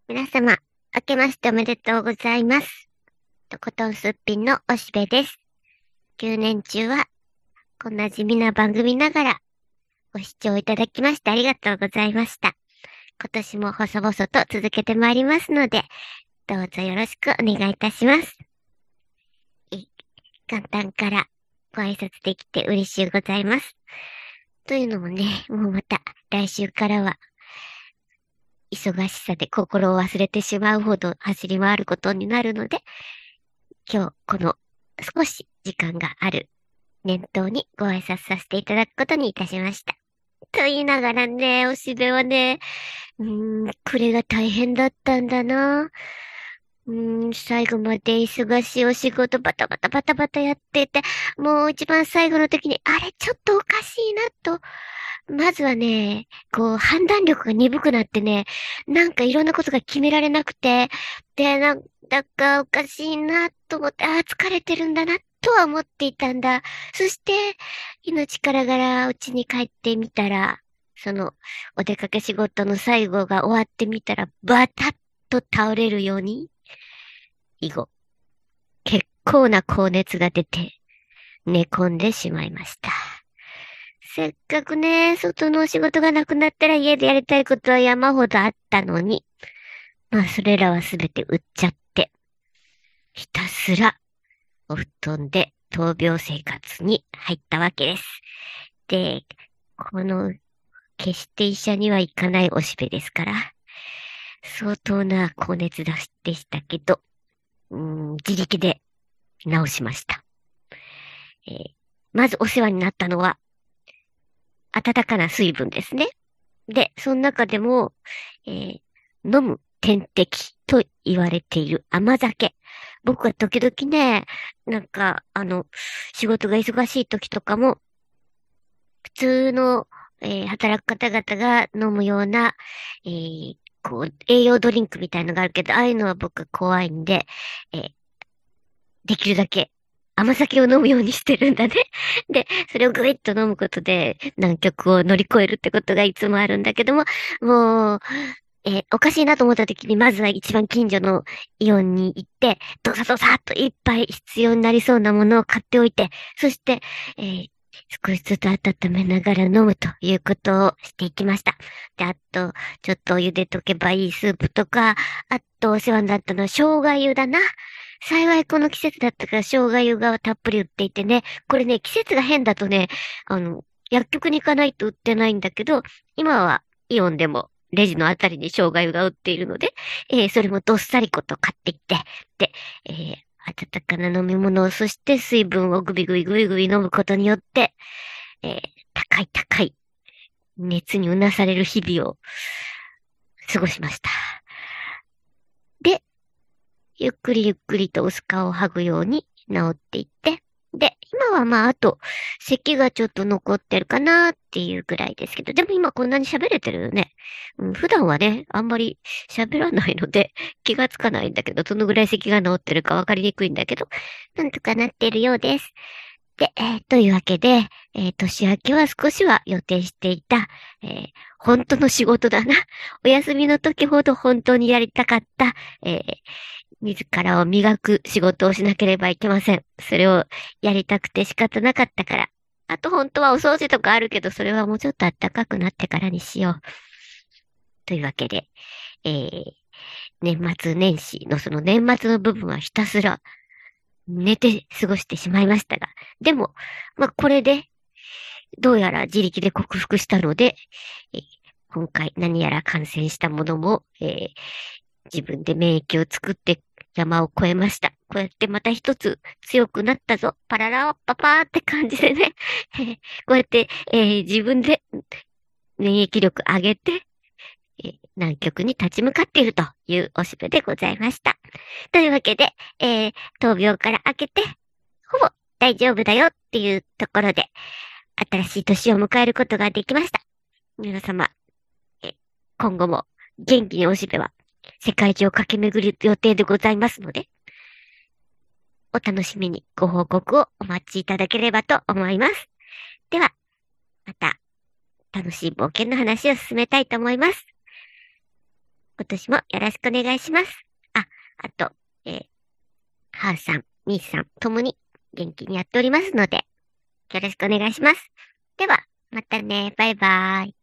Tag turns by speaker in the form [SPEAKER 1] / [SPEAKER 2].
[SPEAKER 1] 皆様、明けましておめでとうございます。とことんすっぴんのおしべです。9年中は、こんな地味な番組ながら、ご視聴いただきましてありがとうございました。今年も細々と続けてまいりますので、どうぞよろしくお願いいたします。元旦からご挨拶できて嬉しゅうございます。というのもね、もうまた来週からは、忙しさで心を忘れてしまうほど走り回ることになるので、今日この少し時間がある念頭にご挨拶させていただくことにいたしました。と言いながらね、おしべはね、これが大変だったんだな。最後まで忙しいお仕事バタバタバタバタやってて、もう一番最後の時に、あれちょっとおかしいなと、まずはね、判断力が鈍くなってね、なんかいろんなことが決められなくて、で、なんだかおかしいなと思って、疲れてるんだなとは思っていたんだ。そして、命からがら家に帰ってみたら、その、お出かけ仕事の最後が終わってみたら、バタッと倒れるように、以後、結構な高熱が出て、寝込んでしまいました。せっかくね、外のお仕事がなくなったら家でやりたいことは山ほどあったのに、それらはすべて売っちゃって、ひたすらお布団で闘病生活に入ったわけです。で、この、決して医者には行かないおしべですから、相当な高熱でしたけど、自力で治しました。まずお世話になったのは、温かな水分ですね。で、その中でも、飲む点滴と言われている甘酒。僕は時々ね、仕事が忙しい時とかも、普通の、働く方々が飲むような、栄養ドリンクみたいのがあるけど、ああいうのは僕怖いんで、えーできるだけ甘酒を飲むようにしてるんだね。で、それをぐいっと飲むことで難局を乗り越えるってことがいつもあるんだけども、もう、おかしいなと思った時に、まずは一番近所のイオンに行って、ドサドサっと一杯必要になりそうなものを買っておいて、そして、少しずつ温めながら飲むということをしていきました。で、あと、ちょっとお湯で溶けばいいスープとか、あとお世話になったのは生姜湯だな。幸いこの季節だったから生姜湯がたっぷり売っていてね、これね、季節が変だとね、薬局に行かないと売ってないんだけど、今はイオンでもレジのあたりに生姜湯が売っているので、それもどっさりこと買ってきて、で、温かな飲み物を、そして水分をグビグビグビグビ飲むことによって、高い高い熱にうなされる日々を過ごしました。で、ゆっくりゆっくりと薄皮を剥ぐように治っていって、で、今はあと、咳がちょっと残ってるかなっていうぐらいですけど、でも今こんなに喋れてるよね。普段はね、あんまり喋らないので気がつかないんだけど、どのぐらい咳が治ってるかわかりにくいんだけど、なんとかなってるようです。で、というわけで、年明けは少しは予定していた、本当の仕事だな。お休みの時ほど本当にやりたかった、自らを磨く仕事をしなければいけません。それをやりたくて仕方なかったから。あと本当はお掃除とかあるけど、それはもうちょっと暖かくなってからにしよう。というわけで、えー、年末年始のその年末の部分はひたすら寝て過ごしてしまいましたが、でも、これで、どうやら自力で克服したので、今回何やら感染したものも、自分で免疫を作って山を越えました。こうやってまた一つ強くなったぞ。パララッパパーって感じでね。こうやって、自分で免疫力上げて、南極に立ち向かっているというおしべでございました。というわけで、闘病から明けて、ほぼ大丈夫だよっていうところで、新しい年を迎えることができました。皆様、今後も元気におしべは世界中を駆け巡る予定でございますので、お楽しみにご報告をお待ちいただければと思います。では、また楽しい冒険の話を進めたいと思います。 今年もよろしくお願いします。あ、あと、ハーさん、ミーさん、ともに元気にやっておりますので、よろしくお願いします。では、またね。バイバイ。